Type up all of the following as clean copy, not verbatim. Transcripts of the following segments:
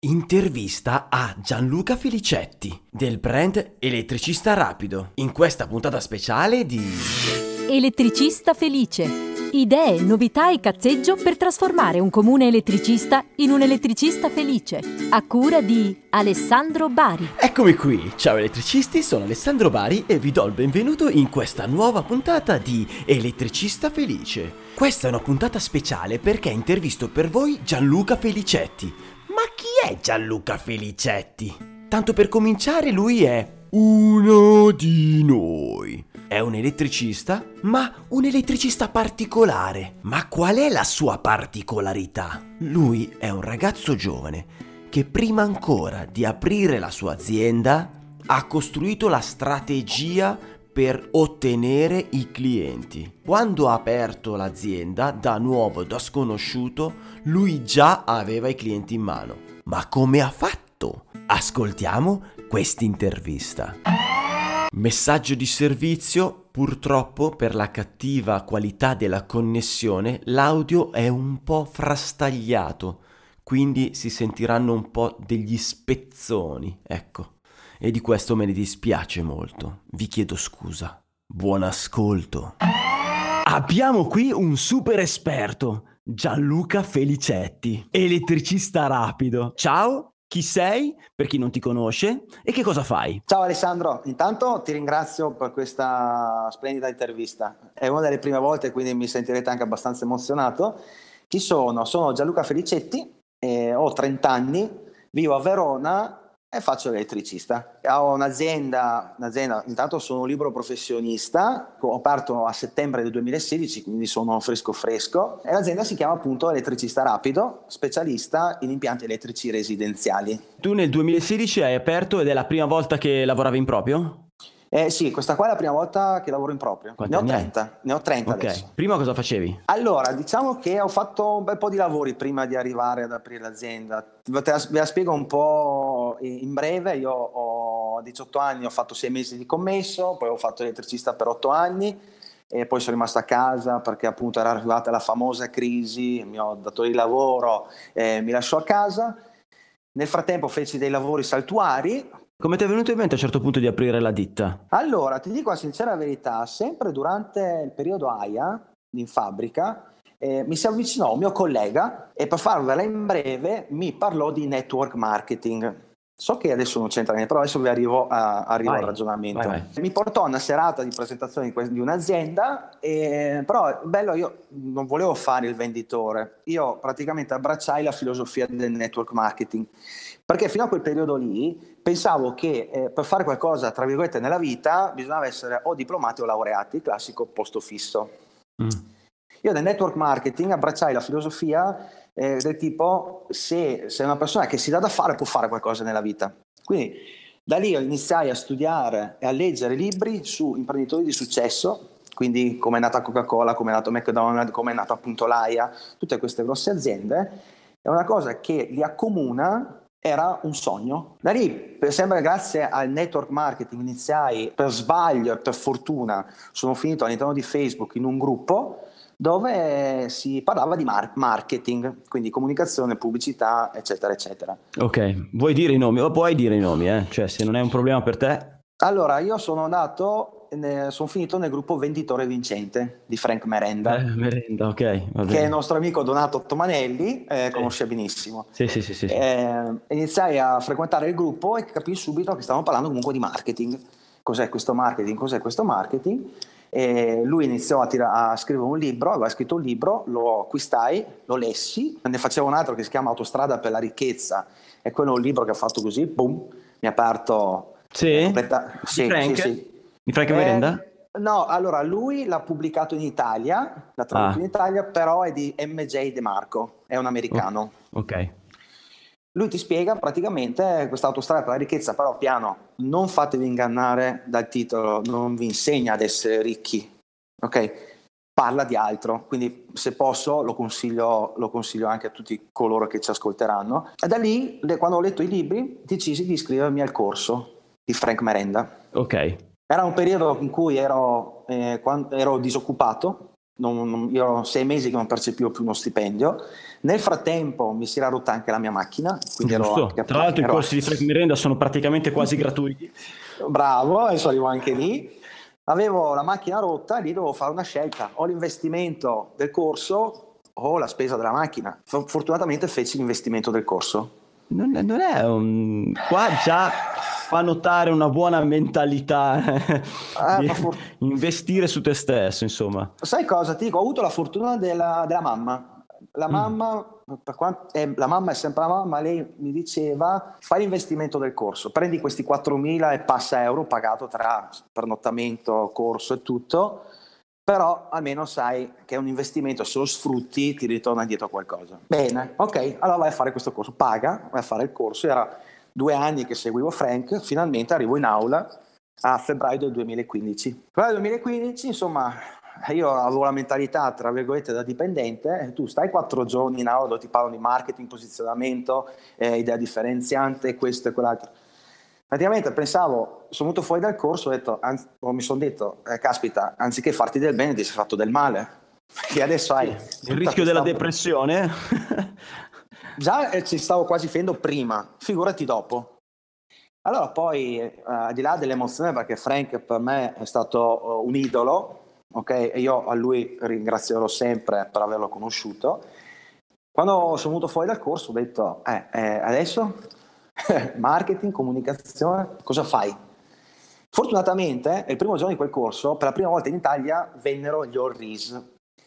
Intervista a Gianluca Felicetti del brand Elettricista Rapido in questa puntata speciale di Elettricista Felice. Idee, novità e cazzeggio per trasformare un comune elettricista in un elettricista felice. A cura di Alessandro Bari. Eccomi qui, ciao elettricisti, sono Alessandro Bari e vi do il benvenuto in questa nuova puntata di Elettricista Felice. Questa è una puntata speciale perché intervisto per voi Gianluca Felicetti. Ma chi è Gianluca Felicetti? Tanto per cominciare, lui è uno di noi. È un elettricista, ma un elettricista particolare. Ma qual è la sua particolarità? Lui è un ragazzo giovane che prima ancora di aprire la sua azienda ha costruito la strategia per ottenere i clienti. Quando ha aperto l'azienda, da nuovo, da sconosciuto, lui già aveva i clienti in mano. Ma come ha fatto? Ascoltiamo quest'intervista. Messaggio di servizio: purtroppo per la cattiva qualità della connessione l'audio è un po' frastagliato, quindi si sentiranno un po' degli spezzoni, ecco. E di questo me ne dispiace molto. Vi chiedo scusa. Buon ascolto. Abbiamo qui un super esperto, Gianluca Felicetti, elettricista rapido. Ciao, chi sei? Per chi non ti conosce e che cosa fai? Ciao Alessandro, intanto ti ringrazio per questa splendida intervista. È una delle prime volte, quindi mi sentirete anche abbastanza emozionato. Chi sono? Sono Gianluca Felicetti, ho 30 anni, vivo a Verona e faccio l'elettricista. Ho un'azienda, intanto sono un libero professionista, ho aperto a settembre del 2016, quindi sono fresco, e l'azienda si chiama appunto Elettricista Rapido, specialista in impianti elettrici residenziali. Tu nel 2016 hai aperto ed è la prima volta che lavoravi in proprio? Sì, questa qua è la prima volta che lavoro in proprio. Quanti anni hai? Ne ho 30 Ok, adesso. prima cosa facevi? Allora, diciamo che ho fatto un bel po' di lavori prima di arrivare ad aprire l'azienda. Ve la spiego un po' in breve. Io ho 18 anni, ho fatto 6 mesi di commesso, poi ho fatto elettricista per 8 anni e poi sono rimasto a casa perché appunto era arrivata la famosa crisi, il mio datore di lavoro mi lasciò a casa. Nel frattempo feci dei lavori saltuari. Come ti è venuto in mente a un certo punto di aprire la ditta? Allora, ti dico la sincera verità, sempre durante il periodo AIA in fabbrica mi si avvicinò un mio collega e per farvela in breve mi parlò di network marketing. So che adesso non c'entra niente, però adesso vi arrivo al ragionamento. Vai. Mi portò a una serata di presentazione di un'azienda, però bello, io non volevo fare il venditore, io praticamente abbracciai la filosofia del network marketing, perché fino a quel periodo lì pensavo che per fare qualcosa, tra virgolette, nella vita bisognava essere o diplomati o laureati, classico posto fisso. Io nel network marketing abbracciai la filosofia del tipo se una persona che si dà da fare può fare qualcosa nella vita. Quindi da lì iniziai a studiare e a leggere libri su imprenditori di successo, quindi come è nata Coca-Cola, come è nato McDonald's, come è nata appunto l'AIA, tutte queste grosse aziende. È una cosa che li accomuna. Era un sogno. Da lì, sempre grazie al network marketing, iniziai per sbaglio e per fortuna, sono finito all'interno di Facebook in un gruppo dove si parlava di marketing, quindi comunicazione, pubblicità, eccetera, eccetera. Ok, vuoi dire i nomi? O puoi dire i nomi, cioè se non è un problema per te. Allora, io sono finito nel gruppo Venditore Vincente di Frank Merenda. Merenda, ok. Va bene. Che è il nostro amico Donato Tomanelli, conosce benissimo. Sì. Iniziai a frequentare il gruppo e capii subito che stavamo parlando comunque di marketing. Cos'è questo marketing? E lui iniziò a scrivere un libro, aveva scritto un libro, lo acquistai, lo lessi, ne facevo un altro che si chiama Autostrada per la ricchezza, e quello è un libro che ha fatto così, boom, mi ha aperto... Sì? Sì. Di Frank Merenda? No, allora lui l'ha pubblicato in Italia, l'ha tradotto in Italia, però è di MJ De Marco, è un americano. Ok. Lui ti spiega praticamente questa autostrada per la ricchezza, però piano, non fatevi ingannare dal titolo, non vi insegna ad essere ricchi, ok? Parla di altro, quindi se posso lo consiglio anche a tutti coloro che ci ascolteranno. E da lì, quando ho letto i libri, decisi di iscrivermi al corso di Frank Merenda. Ok. Era un periodo in cui ero disoccupato, io ero 6 mesi che non percepivo più uno stipendio. Nel frattempo mi si era rotta anche la mia macchina, quindi Tra l'altro i corsi di Frank Miranda sono praticamente quasi gratuiti. Bravo, adesso arrivo anche lì. Avevo la macchina rotta e lì dovevo fare una scelta: o l'investimento del corso o la spesa della macchina. Fortunatamente feci l'investimento del corso. Non è qua già fa notare una buona mentalità di investire su te stesso, insomma. Sai cosa? Ti dico, ho avuto la fortuna della mamma. La mamma, la mamma è sempre la mamma, lei mi diceva: fai l'investimento del corso, prendi questi 4.000 e passa euro pagato tra pernottamento, corso e tutto, però almeno sai che è un investimento, se lo sfrutti ti ritorna indietro qualcosa. Bene, ok, allora vai a fare questo corso, paga, vai a fare il corso. Era 2 anni che seguivo Frank, finalmente arrivo in aula a febbraio del 2015. Febbraio 2015, insomma, io avevo la mentalità, tra virgolette, da dipendente. Tu stai 4 giorni in aula dove ti parlano di marketing, posizionamento, idea differenziante, questo e quell'altro. Praticamente pensavo, sono venuto fuori dal corso, mi sono detto, caspita, anziché farti del bene ti sei fatto del male, perché adesso hai il rischio della depressione. Già ci stavo quasi finendo prima, figurati dopo. Allora poi, al di là dell'emozione, perché Frank per me è stato un idolo, ok? E io a lui ringrazierò sempre per averlo conosciuto. Quando sono venuto fuori dal corso ho detto, adesso marketing, comunicazione, cosa fai? Fortunatamente il primo giorno di quel corso, per la prima volta in Italia, vennero gli All Ris,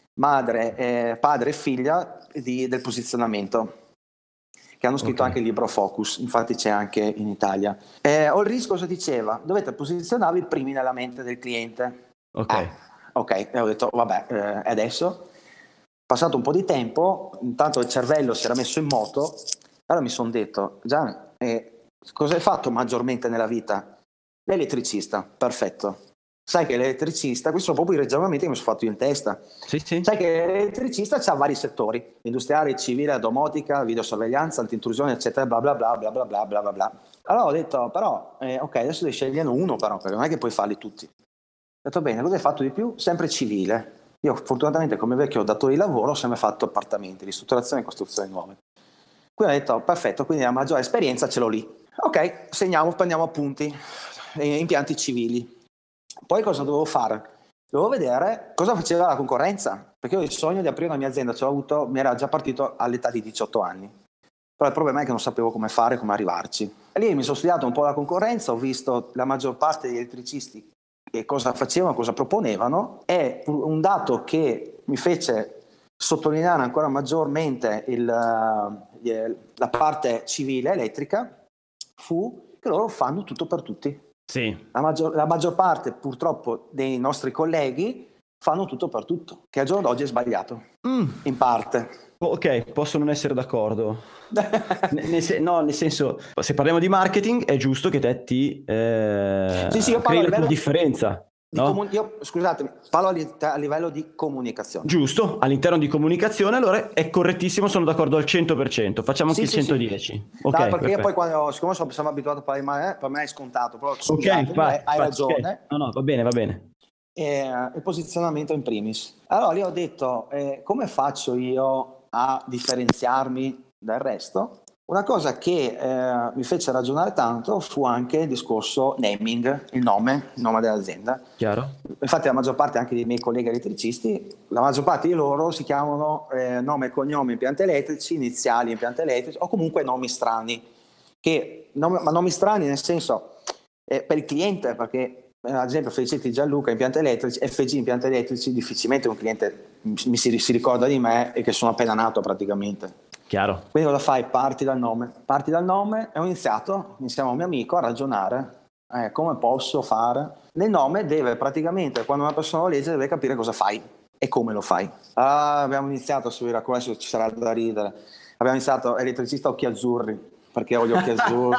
padre e figlia del posizionamento, che hanno scritto anche il libro Focus, infatti c'è anche in Italia. All Ris cosa diceva? Dovete posizionarvi primi nella mente del cliente. Ok, e ho detto vabbè, adesso, passato un po' di tempo, intanto il cervello si era messo in moto. Allora mi sono detto, Gian, cosa hai fatto maggiormente nella vita? L'elettricista, perfetto. Sai che l'elettricista, questi sono proprio i ragionamenti che mi sono fatto io in testa. Sì. Sai che l'elettricista ha vari settori: industriale, civile, domotica, videosorveglianza, antintrusione, eccetera, bla bla bla bla bla bla bla bla. Allora ho detto, però, ok, adesso devi scegliere uno, però, perché non è che puoi farli tutti. Ho detto, bene, cosa hai fatto di più? Sempre civile. Io fortunatamente come vecchio datore di lavoro ho sempre fatto appartamenti, ristrutturazione e costruzioni nuove. Quindi ho detto, perfetto, quindi la maggiore esperienza ce l'ho lì. Ok, prendiamo appunti, impianti civili. Poi cosa dovevo fare? Dovevo vedere cosa faceva la concorrenza, perché io il sogno di aprire una mia azienda mi era già partito all'età di 18 anni. Però il problema è che non sapevo come fare, come arrivarci. E lì mi sono studiato un po' la concorrenza, ho visto la maggior parte degli elettricisti che cosa facevano, cosa proponevano, e un dato che mi fece sottolineare ancora maggiormente la parte civile elettrica fu che loro fanno tutto per tutti. Sì. La maggior parte purtroppo dei nostri colleghi fanno tutto per tutto, che al giorno d'oggi è sbagliato, in parte. Ok, posso non essere d'accordo. Nel senso, se parliamo di marketing è giusto che te ti io crei la tua differenza. No? Io, scusatemi, parlo a livello di comunicazione. Giusto, all'interno di comunicazione allora è correttissimo, sono d'accordo al 100%, facciamo anche il 110. Sì. Okay, no, perché perfetto. io poi siccome sono abituato a parlare, per me è scontato, però hai ragione. Okay. No, va bene. Il posizionamento in primis. Allora lì ho detto, come faccio io a differenziarmi dal resto? Una cosa che mi fece ragionare tanto fu anche il discorso naming, il nome dell'azienda. Chiaro. Infatti la maggior parte anche dei miei colleghi elettricisti, la maggior parte di loro si chiamano nome e cognome impianti elettrici, iniziali impianti elettrici, o comunque nomi strani. Ma nomi strani nel senso per il cliente, perché ad esempio Felicetti Gianluca impianti elettrici, FG impianti elettrici, difficilmente un cliente si ricorda di me e che sono appena nato praticamente. Chiaro. Quindi cosa fai? Parti dal nome e ho iniziato insieme a un mio amico a ragionare come posso fare. Nel nome deve praticamente, quando una persona lo legge, deve capire cosa fai e come lo fai. Abbiamo iniziato sui racconti, ci sarà da ridere. Abbiamo iniziato elettricista occhi azzurri, perché ho gli occhi azzurri.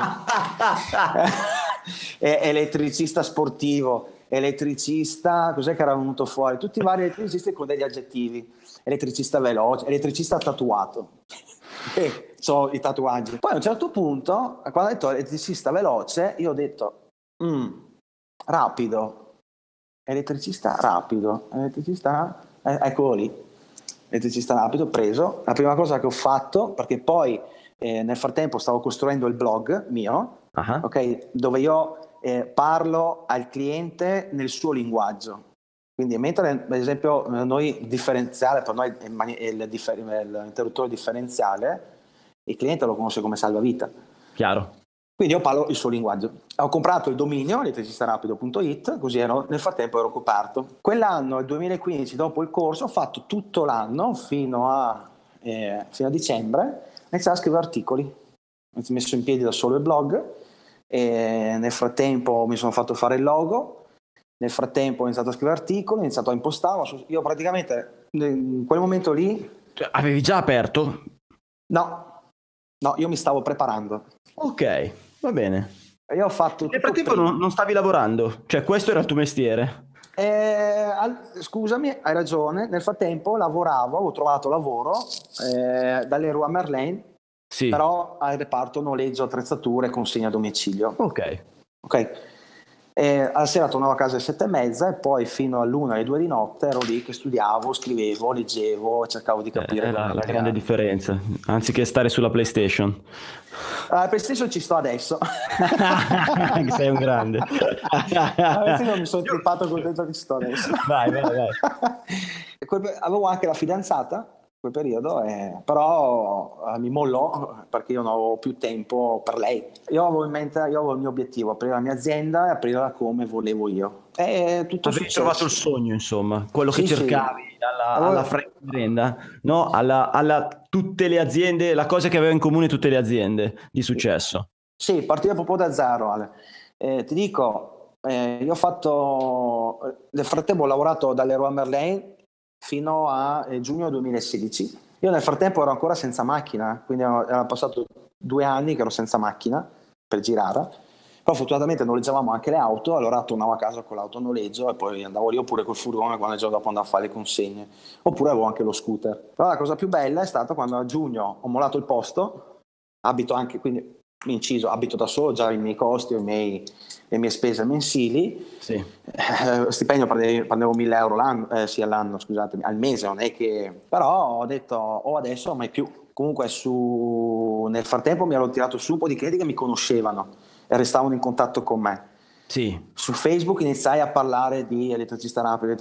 Elettricista sportivo, elettricista, cos'è che era venuto fuori? Tutti i vari elettricisti con degli aggettivi. Elettricista veloce, elettricista tatuato. So i tatuaggi. Poi a un certo punto, quando ha detto elettricista veloce, io ho detto rapido, elettricista rapido, elettricista Eccolo lì, elettricista rapido, preso. La prima cosa che ho fatto, perché poi nel frattempo stavo costruendo il blog mio, ok, dove io parlo al cliente nel suo linguaggio. Quindi mentre per esempio noi differenziale, per noi è l'interruttore differenziale, il cliente lo conosce come salvavita. Chiaro. Quindi io parlo il suo linguaggio. Ho comprato il dominio elettricistarapido.it, così nel frattempo ero coperto. Quell'anno, il 2015, dopo il corso, ho fatto tutto l'anno fino a dicembre, ho iniziato a scrivere articoli. Ho messo in piedi da solo il blog, e nel frattempo mi sono fatto fare il logo, nel frattempo ho iniziato a scrivere articoli, ho iniziato a impostarlo. Io praticamente in quel momento lì... Cioè, avevi già aperto? No, io mi stavo preparando. Ok, va bene. Io ho fatto nel frattempo non stavi lavorando, cioè questo era il tuo mestiere? Scusami, hai ragione, nel frattempo lavoravo, ho trovato lavoro dall'Leroy Merlin, sì, però al reparto noleggio attrezzature e consegna a domicilio. Ok. Alla sera tornavo a casa alle 7:30 e poi fino all'1 alle 2 di notte ero lì che studiavo, scrivevo, leggevo, cercavo di capire. La grande differenza, anziché stare sulla PlayStation. La PlayStation ci sto adesso. Sei un grande. Non mi sono trippato contento che ci sto adesso. Vai. Avevo anche la fidanzata in quel periodo, però mi mollò perché io non avevo più tempo per lei. Io avevo in mente, il mio obiettivo, aprire la mia azienda e aprirla come volevo io. Avevi trovato il sogno, insomma, quello che cercavi alla Frank Brenda, no? Alla tutte le aziende, la cosa che aveva in comune tutte le aziende di successo. Sì, partiva proprio da zero, Ale. Ti dico, io ho fatto, nel frattempo ho lavorato dall'Leroy Merlin fino a giugno 2016. Io nel frattempo ero ancora senza macchina, quindi era passato 2 anni che ero senza macchina per girare. Però fortunatamente noleggiavamo anche le auto, allora tornavo a casa con l'auto a noleggio e poi andavo lì, oppure col furgone quando il giorno dopo andavo a fare le consegne, oppure avevo anche lo scooter. Però la cosa più bella è stata quando a giugno ho mollato il posto, abito anche, quindi inciso, abito da solo, già i miei costi, le mie spese mensili. Sì. Stipendio prendevo 1.000 euro all'anno, scusatemi, al mese, non è che... Però ho detto, adesso mai più. Comunque nel frattempo mi ero tirato su un po' di clienti che mi conoscevano e restavano in contatto con me. Sì. Su Facebook iniziai a parlare di elettricista rapido.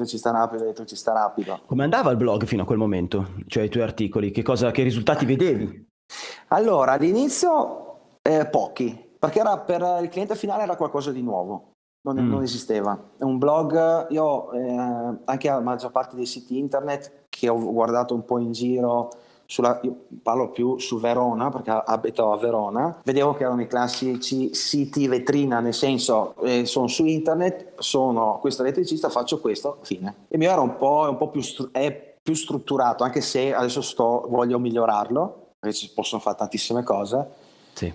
Come andava il blog fino a quel momento? Cioè i tuoi articoli, che risultati vedevi? Allora, all'inizio pochi, perché era per il cliente finale era qualcosa di nuovo, non esisteva. È un blog, io anche la maggior parte dei siti internet che ho guardato un po' in giro, io parlo più su Verona perché abito a Verona, vedevo che erano i classici siti vetrina, nel senso sono su internet, sono questo elettricista, faccio questo, fine. Il mio era un po' più strutturato, anche se adesso voglio migliorarlo, perché ci possono fare tantissime cose. Sì.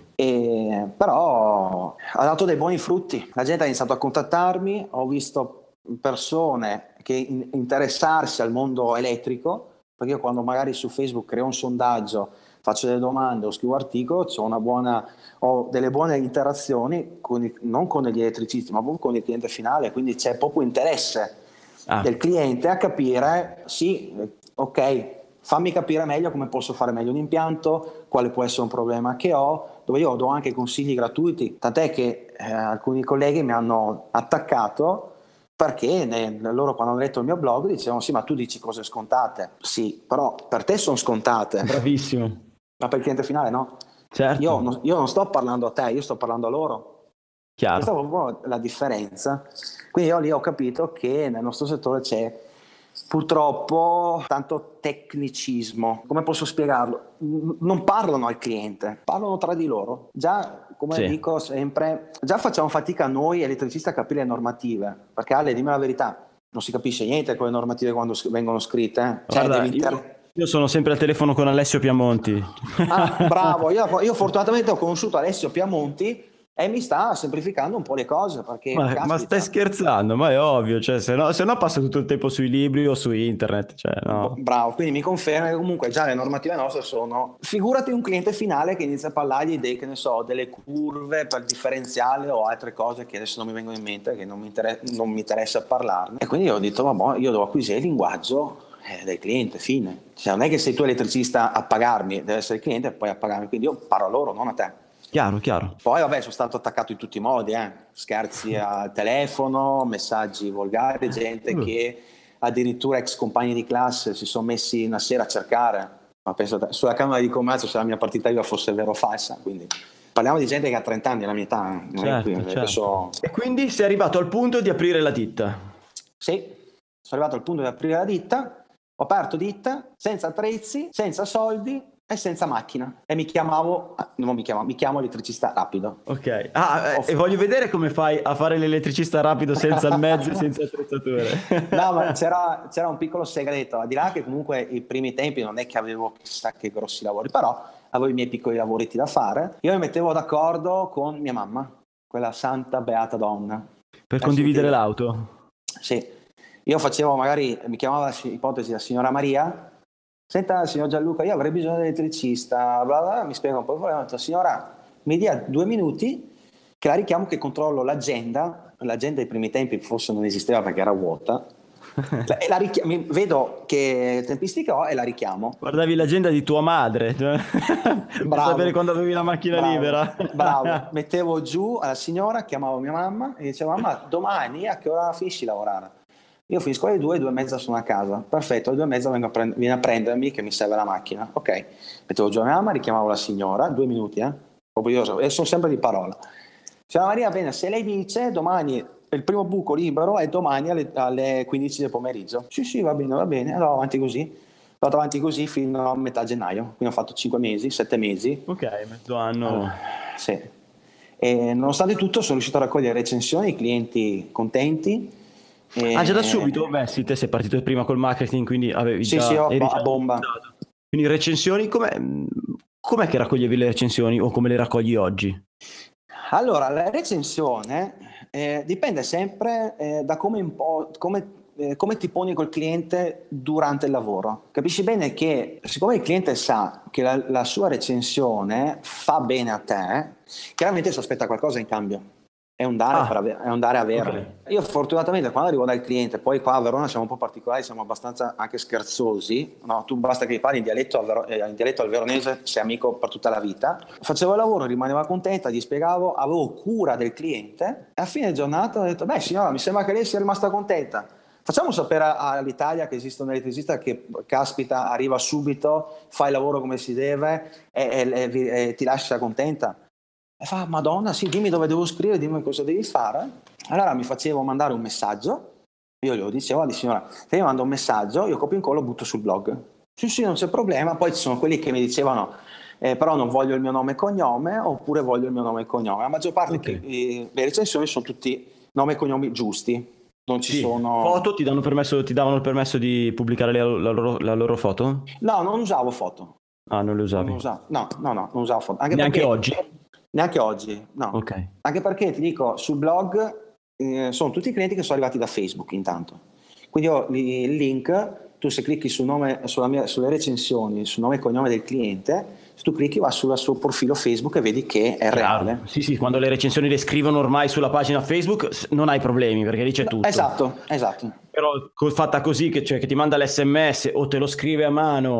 Però ha dato dei buoni frutti, la gente ha iniziato a contattarmi, ho visto persone che interessarsi al mondo elettrico, perché io quando magari su Facebook creo un sondaggio, faccio delle domande o scrivo articolo, ho delle buone interazioni non con gli elettricisti ma proprio con il cliente finale, quindi c'è proprio interesse del cliente a capire, sì, ok, fammi capire meglio come posso fare meglio un impianto, quale può essere un problema che ho, dove io do anche consigli gratuiti, tant'è che alcuni colleghi mi hanno attaccato perché loro quando hanno letto il mio blog dicevano sì, ma tu dici cose scontate. Sì, però per te sono scontate. Bravissimo. Ma per il cliente finale no. Certo. Io non sto parlando a te, io sto parlando a loro. Chiaro. Questa è proprio la differenza. Quindi io lì ho capito che nel nostro settore c'è purtroppo tanto tecnicismo. Come posso spiegarlo? Non parlano al cliente, parlano tra di loro. Già, come dico sempre, già facciamo fatica noi elettricisti a capire le normative, perché Ale, dimmi la verità, non si capisce niente con le normative quando vengono scritte. Guarda, io sono sempre al telefono con Alessio Piamonti. Ah, bravo, io fortunatamente ho conosciuto Alessio Piamonti e mi sta semplificando un po' le cose, perché ma stai scherzando? Ma è ovvio, cioè, se no passa tutto il tempo sui libri o su internet, cioè, no. Bravo, quindi mi conferma che comunque già le normative nostre sono, figurati un cliente finale che inizia a parlargli delle curve per differenziale o altre cose che adesso non mi vengono in mente, che non mi interessa parlarne, e quindi ho detto vabbè, io devo acquisire il linguaggio del cliente, fine. Cioè, non è che sei tu elettricista a pagarmi, deve essere il cliente e poi a pagarmi, quindi io parlo a loro, non a te. Chiaro. Poi vabbè, sono stato attaccato in tutti i modi, scherzi al telefono, messaggi volgari, gente che addirittura ex compagni di classe si sono messi una sera a cercare, ma penso sulla Camera di Commercio se la mia partita IVA fosse vera o falsa, quindi parliamo di gente che ha 30 anni, la mia età. Certo. E quindi sei arrivato al punto di aprire la ditta? Sì, sono arrivato al punto di aprire la ditta, ho aperto ditta, senza attrezzi, senza soldi e senza macchina. E mi chiamo elettricista rapido. Ok. E voglio vedere come fai a fare l'elettricista rapido senza il mezzo e senza attrezzature. No, ma c'era un piccolo segreto, al di là che comunque i primi tempi non è che avevo chissà che grossi lavori, però avevo i miei piccoli lavoretti da fare. Io mi mettevo d'accordo con mia mamma, quella santa beata donna. Per condividere l'auto? Sì. Io facevo magari, mi chiamava ipotesi la signora Maria, senta signor Gianluca, io avrei bisogno di elettricista, bla bla, mi spiega un po' il problema, ho detto, signora, mi dia 2 minuti che la richiamo, che controllo l'agenda ai primi tempi forse non esisteva perché era vuota, e vedo che tempistica ho e la richiamo. Guardavi l'agenda di tua madre per sapere quando avevi la macchina libera. Bravo, mettevo giù alla signora, chiamavo mia mamma e dicevo, mamma, domani a che ora finisci di lavorare? Io finisco alle 2:30 sono a casa. Perfetto, alle 2:30 vieni a prendermi che mi serve la macchina. Ok, mettevo giù a mia mamma, richiamavo la signora, 2 minuti, proprio io, e sono sempre di parola. Signora Maria, bene, se lei dice domani il primo buco libero è domani alle 15 del pomeriggio. Sì, va bene, allora avanti così. Ho andato avanti così fino a metà gennaio, quindi ho fatto 5 mesi, 7 mesi. Ok, mezzo anno. Sì. E nonostante tutto sono riuscito a raccogliere recensioni, clienti contenti. Già da subito? Beh sì, te sei partito prima col marketing, quindi avevi già... Sì, a bomba. Quindi recensioni, com'è che raccoglievi le recensioni o come le raccogli oggi? Allora, la recensione dipende sempre da come ti poni col cliente durante il lavoro. Capisci bene che siccome il cliente sa che la sua recensione fa bene a te, chiaramente si aspetta qualcosa in cambio. È un dare a avere. Okay. Io fortunatamente quando arrivo dal cliente, poi qua a Verona siamo un po' particolari, siamo abbastanza anche scherzosi, no? Tu basta che parli in dialetto al veronese, sei amico per tutta la vita. Facevo il lavoro, rimaneva contenta, gli spiegavo, avevo cura del cliente e a fine giornata ho detto, beh signora, mi sembra che lei sia rimasta contenta. Facciamo sapere all'Italia che esiste un elettricista che caspita, arriva subito, fa il lavoro come si deve e ti lascia contenta. E fa, Madonna, sì, dimmi dove devo scrivere, dimmi cosa devi fare. Allora mi facevo mandare un messaggio, io glielo dicevo, signora, se io mando un messaggio, io copio e incollo, butto sul blog. Sì, non c'è problema. Poi ci sono quelli che mi dicevano, però non voglio il mio nome e cognome, oppure voglio il mio nome e cognome. La maggior parte le recensioni sono tutti nomi e cognomi giusti. Non ci sono... Foto ti davano il permesso di pubblicare la loro foto? No, non usavo foto. Ah, non le usavi? No, non usavo foto. Neanche oggi? Neanche oggi, no. Okay. Anche perché ti dico, sul blog sono tutti i clienti che sono arrivati da Facebook intanto. Quindi ho il link, tu se clicchi sulle recensioni, sul nome e cognome del cliente, se tu clicchi va sul suo profilo Facebook e vedi che è reale. Sì, quando le recensioni le scrivono ormai sulla pagina Facebook non hai problemi perché lì c'è tutto. Esatto. Però fatta così che ti manda l'SMS o te lo scrive a mano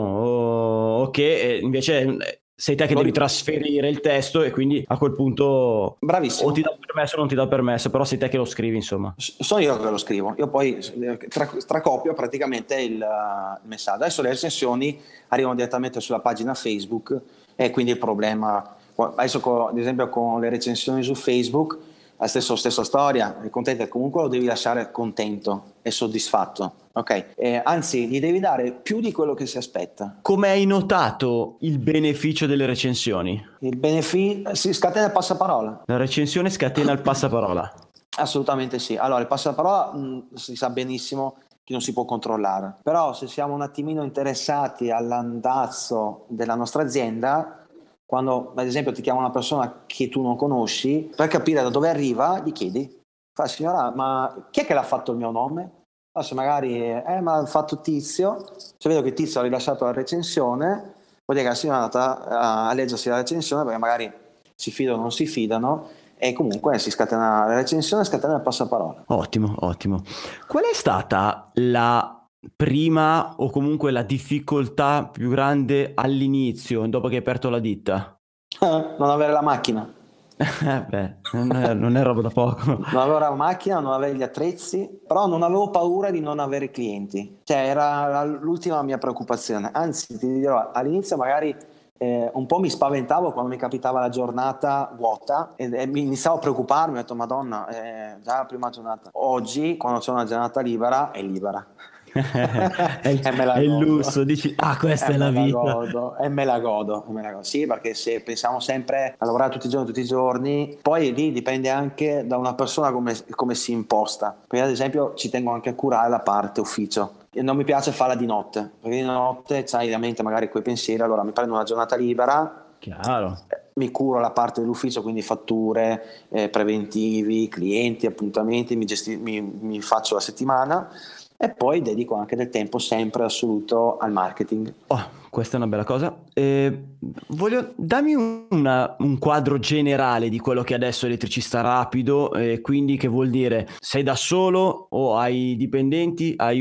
o che invece... sei te che devi trasferire il testo e quindi a quel punto bravissimo. O ti dà permesso o non ti dà permesso, però sei te che lo scrivi, insomma. Sono io che lo scrivo, io poi tracopio praticamente il messaggio. Adesso le recensioni arrivano direttamente sulla pagina Facebook e quindi il problema, adesso ad esempio con le recensioni su Facebook, la stessa storia, il contento comunque lo devi lasciare contento e soddisfatto. Ok, anzi gli devi dare più di quello che si aspetta. Come hai notato il beneficio delle recensioni? Il beneficio si scatena il passaparola. La recensione scatena il passaparola. Assolutamente sì. Allora il passaparola si sa benissimo che non si può controllare, però se siamo un attimino interessati all'andazzo della nostra azienda, quando ad esempio ti chiama una persona che tu non conosci, per capire da dove arriva gli chiedi, fa signora, ma chi è che l'ha fatto il mio nome? Se magari ma l'ha fatto Tizio, se vedo che Tizio ha rilasciato la recensione, vuol dire che la signora è andata a leggersi la recensione perché magari si fidano o non si fidano e comunque si scatena la recensione, scatena il passaparola. Ottimo. Qual è stata la prima o comunque la difficoltà più grande all'inizio, dopo che hai aperto la ditta? Non avere la macchina. Beh, non è roba da poco. Non avevo la macchina, non avevo gli attrezzi, però non avevo paura di non avere clienti. Cioè era l'ultima mia preoccupazione. Anzi, ti dirò, all'inizio magari un po' mi spaventavo quando mi capitava la giornata vuota e mi iniziavo a preoccuparmi, ho detto Madonna, già la prima giornata. Oggi, quando c'è una giornata libera, è libera. E me la È il godo. lusso, dici, questa è la Me la vita. godo, e me la godo. Sì, perché se pensiamo sempre a lavorare tutti i giorni, poi lì dipende anche da una persona come si imposta. Perché ad esempio ci tengo anche a curare la parte ufficio. E non mi piace farla di notte, perché di notte c'hai la mente magari quei pensieri, allora mi prendo una giornata libera, Chiaro. mi curo la parte dell'ufficio, quindi fatture, preventivi, clienti, appuntamenti, mi faccio la settimana e poi dedico anche del tempo sempre assoluto al marketing. Questa è una bella cosa. Dammi un quadro generale di quello che adesso è Elettricista Rapido, quindi che vuol dire sei da solo o hai dipendenti, hai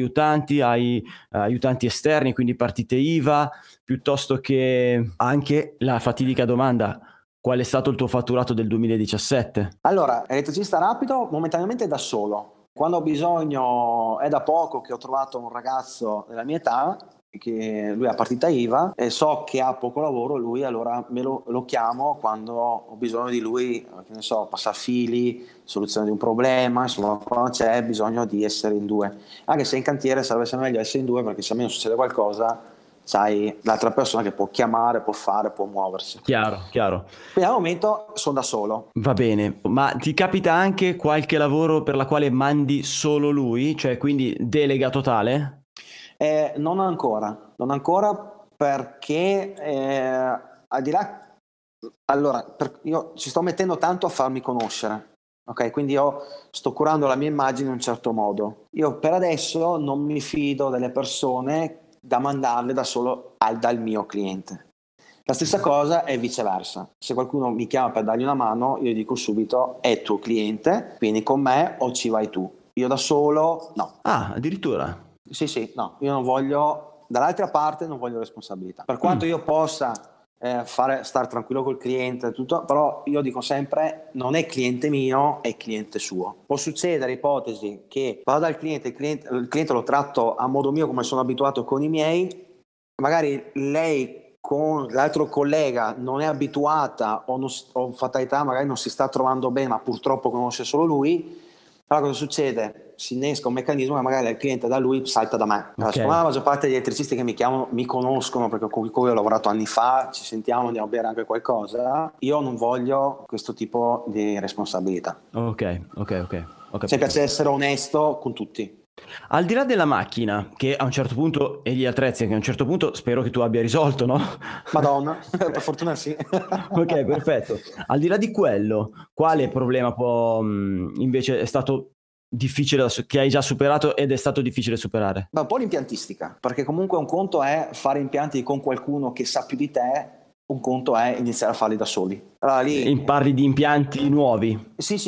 aiutanti esterni, quindi partite IVA, piuttosto che anche la fatidica domanda: qual è stato il tuo fatturato del 2017? Allora, elettricista rapido momentaneamente da solo. Quando ho bisogno, è da poco che ho trovato un ragazzo della mia età, che lui ha partita IVA e so che ha poco lavoro lui, allora lo chiamo quando ho bisogno di lui, che ne so, passafili, soluzione di un problema, insomma, quando c'è bisogno di essere in due. Anche se in cantiere sarebbe sempre meglio essere in due, perché se almeno succede qualcosa c'hai l'altra persona che può chiamare, può fare, può muoversi. Chiaro. Quindi al momento sono da solo. Va bene, ma ti capita anche qualche lavoro per la quale mandi solo lui, cioè quindi delega totale? Non ancora perché al di là, allora io ci sto mettendo tanto a farmi conoscere, ok? Quindi io sto curando la mia immagine in un certo modo. Io per adesso non mi fido delle persone da mandarle da solo dal mio cliente. La stessa cosa è viceversa. Se qualcuno mi chiama per dargli una mano, io dico subito: è tuo cliente, vieni con me o ci vai tu. Io da solo, no. Addirittura. Sì, no, io non voglio, dall'altra parte non voglio responsabilità. Per quanto io possa stare tranquillo col cliente, tutto, però io dico sempre: non è cliente mio, è cliente suo. Può succedere, ipotesi, che vado dal cliente, il cliente lo tratto a modo mio come sono abituato con i miei, magari lei con l'altro collega non è abituata o fatalità, magari non si sta trovando bene, ma purtroppo conosce solo lui. Allora cosa succede? Si innesca un meccanismo che magari il cliente da lui salta da me. Allora, siccome la maggior parte degli elettricisti che mi chiamano mi conoscono, perché con cui ho lavorato anni fa, ci sentiamo, andiamo a bere anche qualcosa, io non voglio questo tipo di responsabilità. Ok. Mi piace essere onesto con tutti. Al di là della macchina, che a un certo punto, e gli attrezzi, che a un certo punto spero che tu abbia risolto, no? Madonna, per fortuna sì. Ok, perfetto. Al di là di quello, quale problema invece è stato difficile che hai già superato ed è stato difficile superare? Un po' l'impiantistica, perché comunque un conto è fare impianti con qualcuno che sa più di te, un conto è iniziare a farli da soli. Allora, lì parli di impianti nuovi? Sì,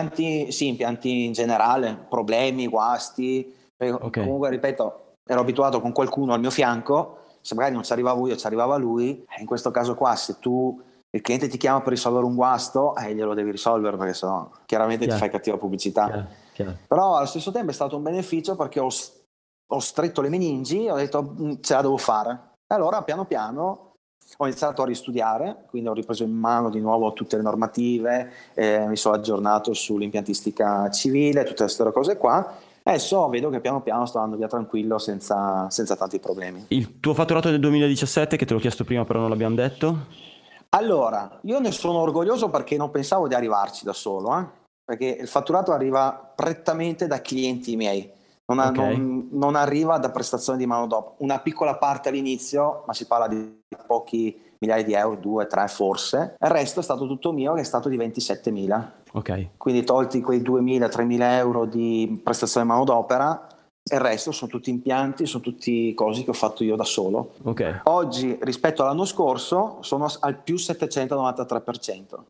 impianti in generale, problemi, guasti. Okay. Comunque, ripeto, ero abituato con qualcuno al mio fianco, se magari non ci arrivavo io, ci arrivava lui. In questo caso qua, se il cliente ti chiama per risolvere un guasto, glielo devi risolvere, perché sennò chiaramente ti fai cattiva pubblicità. Chiaro. Però allo stesso tempo è stato un beneficio, perché ho stretto le meningi, ho detto ce la devo fare. E allora piano piano ho iniziato a ristudiare, quindi ho ripreso in mano di nuovo tutte le normative, mi sono aggiornato sull'impiantistica civile, tutte queste cose qua. Adesso vedo che piano piano sto andando via tranquillo, senza tanti problemi. Il tuo fatturato del 2017, che te l'ho chiesto prima però non l'abbiamo detto? Allora, io ne sono orgoglioso perché non pensavo di arrivarci da solo, perché il fatturato arriva prettamente da clienti miei. Non arriva da prestazioni di manodopera, una piccola parte all'inizio, ma si parla di pochi migliaia di euro, 2, 3 forse. Il resto è stato tutto mio, che è stato di 27.000. Ok. Quindi tolti quei 2.000, 3.000 euro di prestazione di manodopera, il resto sono tutti impianti, sono tutti cose che ho fatto io da solo. Okay. Oggi rispetto all'anno scorso sono al più 793%.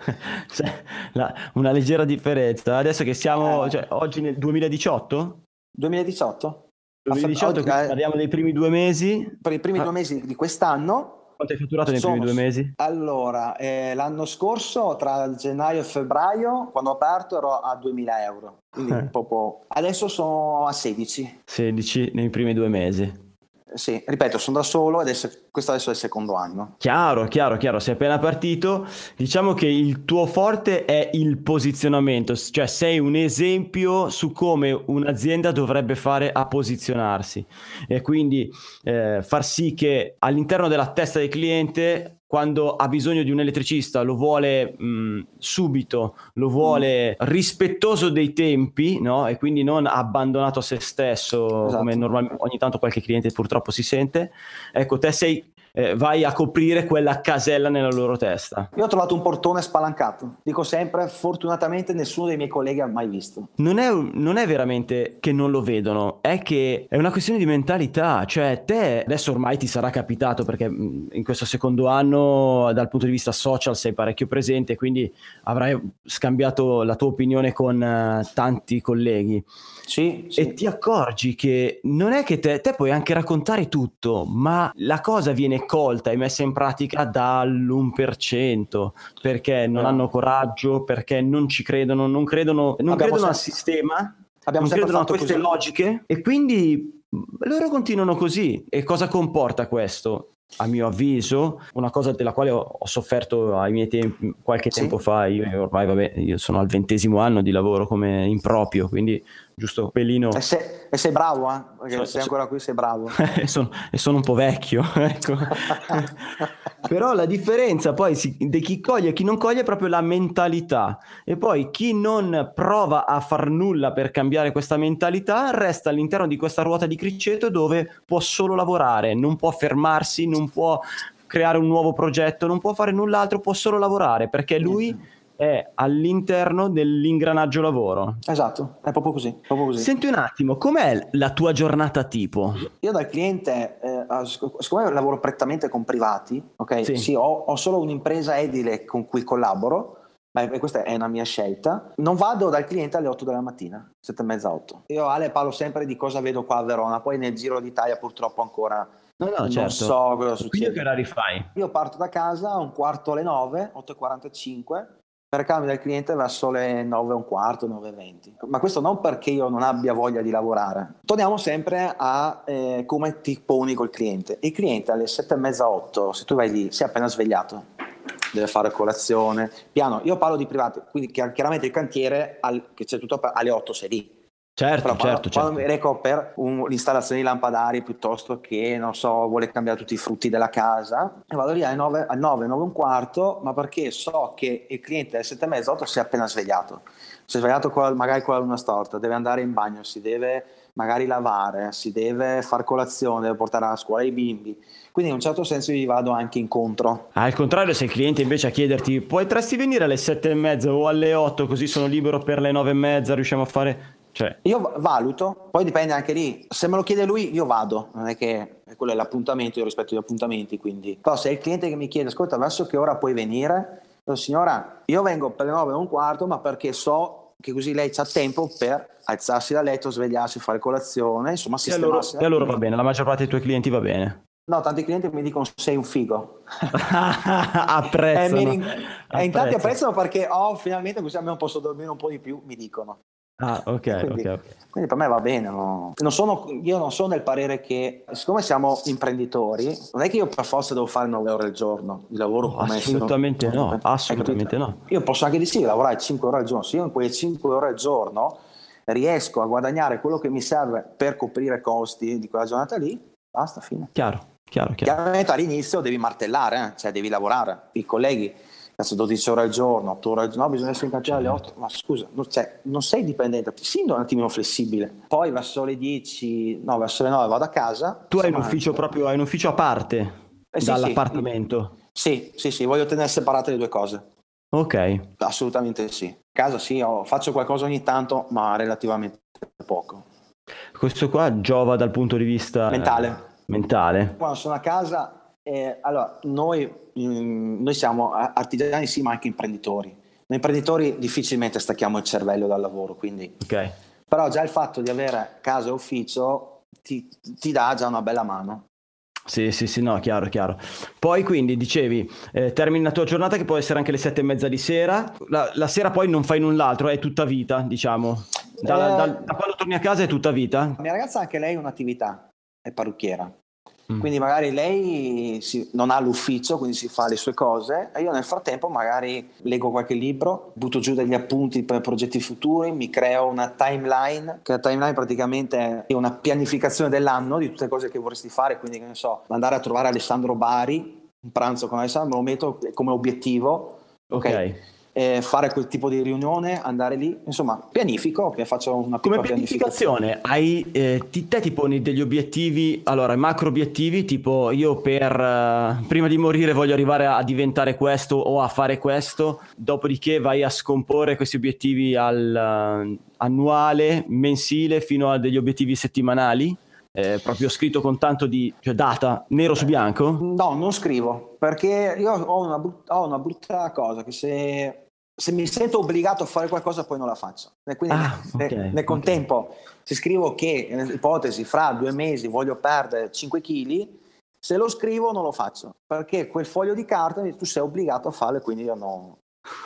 Una leggera differenza. Adesso che siamo, oggi nel 2018? 2018? 2018, quindi parliamo dei primi 2 mesi. Per i primi 2 mesi di quest'anno. Quanto hai fatturato nei primi 2 mesi? Allora, l'anno scorso tra gennaio e febbraio, quando ho aperto, ero a 2.000 euro. Quindi proprio... Adesso sono a 16. 16 nei primi 2 mesi. Sì, ripeto, sono da solo e questo adesso è il secondo anno. Chiaro, sei appena partito. Diciamo che il tuo forte è il posizionamento, cioè sei un esempio su come un'azienda dovrebbe fare a posizionarsi e quindi far sì che all'interno della testa del cliente, quando ha bisogno di un elettricista, lo vuole subito, lo vuole rispettoso dei tempi, no? E quindi non abbandonato a se stesso, Esatto. come normalmente ogni tanto qualche cliente purtroppo si sente. Ecco, te vai a coprire quella casella nella loro testa. Io ho trovato un portone spalancato. Dico sempre, fortunatamente nessuno dei miei colleghi ha mai visto. Non è veramente che non lo vedono, è che è una questione di mentalità. Cioè te adesso ormai ti sarà capitato, perché in questo secondo anno dal punto di vista social sei parecchio presente, quindi avrai scambiato la tua opinione con tanti colleghi. Sì. E ti accorgi che non è che te puoi anche raccontare tutto, ma la cosa viene colta e messa in pratica dall'1%, perché non hanno coraggio, perché non ci credono, non credono al sistema, non credono a queste logiche, e quindi loro continuano così. E cosa comporta questo? A mio avviso, una cosa della quale ho sofferto ai miei tempi, qualche tempo fa. Io ormai io sono al 20° anno di lavoro come improprio, quindi giusto pelino. E sei bravo, perché sei ancora qui, sei bravo. e sono un po' vecchio, ecco. Però la differenza poi di chi coglie e chi non coglie è proprio la mentalità, e poi chi non prova a far nulla per cambiare questa mentalità resta all'interno di questa ruota di criceto dove può solo lavorare, non può fermarsi, non può creare un nuovo progetto, non può fare null'altro, può solo lavorare, perché lui è all'interno dell'ingranaggio lavoro. Esatto, è proprio così. Senti un attimo, com'è la tua giornata tipo? Io dal cliente, siccome lavoro prettamente con privati, ok? Sì. Sì, ho solo un'impresa edile con cui collaboro, ma questa è una mia scelta. Non vado dal cliente alle 8 della mattina, 7:30, 8. Io Ale parlo sempre di cosa vedo qua a Verona, poi nel giro d'Italia purtroppo ancora non certo. so cosa succede. Quindi che orari fai? Io parto da casa a 8:45, 8:45, per recarmi dal cliente verso le 9:15, 9:20. Ma questo non perché io non abbia voglia di lavorare. Torniamo sempre a come ti poni col cliente. Il cliente alle 7:30, 8, se tu vai lì, si è appena svegliato, deve fare colazione, piano. Io parlo di privati, quindi chiaramente il cantiere, che c'è tutto alle 8 sei lì. Certo. Quando mi reco per l'installazione di lampadari, piuttosto che, non so, vuole cambiare tutti i frutti della casa, e vado lì alle 9, 9:15, ma perché so che il cliente alle 7:30, 8 si è appena svegliato. Si è svegliato magari con la luna storta, deve andare in bagno, si deve magari lavare, si deve far colazione, deve portare a scuola i bimbi. Quindi in un certo senso gli vado anche incontro. Al contrario, se il cliente invece a chiederti potresti venire alle 7:30 o alle 8, così sono libero per le 9:30, riusciamo a fare... Io valuto, poi dipende anche lì, se me lo chiede lui io vado, non è che quello è l'appuntamento, io rispetto gli appuntamenti, quindi. Però se è il cliente che mi chiede, ascolta, verso che ora puoi venire? Signora, io vengo per le 9:15, ma perché so che così lei c'ha tempo per alzarsi da letto, svegliarsi, fare colazione, insomma sistemarsi. E allora va bene, la maggior parte dei tuoi clienti va bene. No, tanti clienti mi dicono sei un figo. Apprezzano. In tanti apprezzano perché finalmente così almeno posso dormire un po' di più, mi dicono. Quindi per me va bene, no? Io non sono del parere che, siccome siamo imprenditori, non è che io per forza devo fare 9 ore al giorno di lavoro. Assolutamente no. Io posso anche lavorare 5 ore al giorno. Se io in quelle 5 ore al giorno riesco a guadagnare quello che mi serve per coprire i costi di quella giornata lì, basta, fine. Chiaro. Chiaramente all'inizio devi martellare, cioè devi lavorare. I colleghi, 12 ore al giorno, 8 ore al giorno, no, bisogna essere in cantiere alle 8, ma scusa, non sei dipendente, sì, un attimino flessibile. Poi verso le 10, no, verso le 9 vado a casa. Tu hai un ufficio a parte dall'appartamento? Sì, voglio tenere separate le due cose. Ok. Assolutamente sì. A casa sì, faccio qualcosa ogni tanto, ma relativamente poco. Questo qua giova dal punto di vista mentale. Quando sono a casa, allora noi siamo artigiani sì, ma anche imprenditori. Noi imprenditori difficilmente stacchiamo il cervello dal lavoro, quindi Però già il fatto di avere casa e ufficio ti dà già una bella mano. Sì, no, chiaro. Poi quindi dicevi, termini la tua giornata che può essere anche le 7:30 di sera, la sera poi non fai null'altro, è tutta vita, diciamo. Da quando torni a casa è tutta vita? Mia ragazza anche lei ha un'attività, è parrucchiera. Mm. Quindi magari lei non ha l'ufficio, quindi si fa le sue cose, e io nel frattempo magari leggo qualche libro, butto giù degli appunti per progetti futuri, mi creo una timeline, che la timeline praticamente è una pianificazione dell'anno di tutte le cose che vorresti fare, quindi che ne so, andare a trovare Alessandro Bari, un pranzo con Alessandro, me lo metto come obiettivo, ok. Fare quel tipo di riunione, andare lì, insomma, pianifico, faccio una piccola Come pianificazione, te ti poni degli obiettivi, allora macro obiettivi, tipo io prima di morire voglio arrivare a diventare questo o a fare questo, dopodiché vai a scomporre questi obiettivi al annuale, mensile, fino a degli obiettivi settimanali? Proprio scritto con tanto di data, nero su bianco? No, non scrivo, perché io ho una brutta cosa, che se mi sento obbligato a fare qualcosa poi non la faccio. E quindi nel contempo, se scrivo che, ipotesi, fra 2 mesi voglio perdere 5 kg, se lo scrivo non lo faccio, perché quel foglio di carta tu sei obbligato a farlo e quindi io no.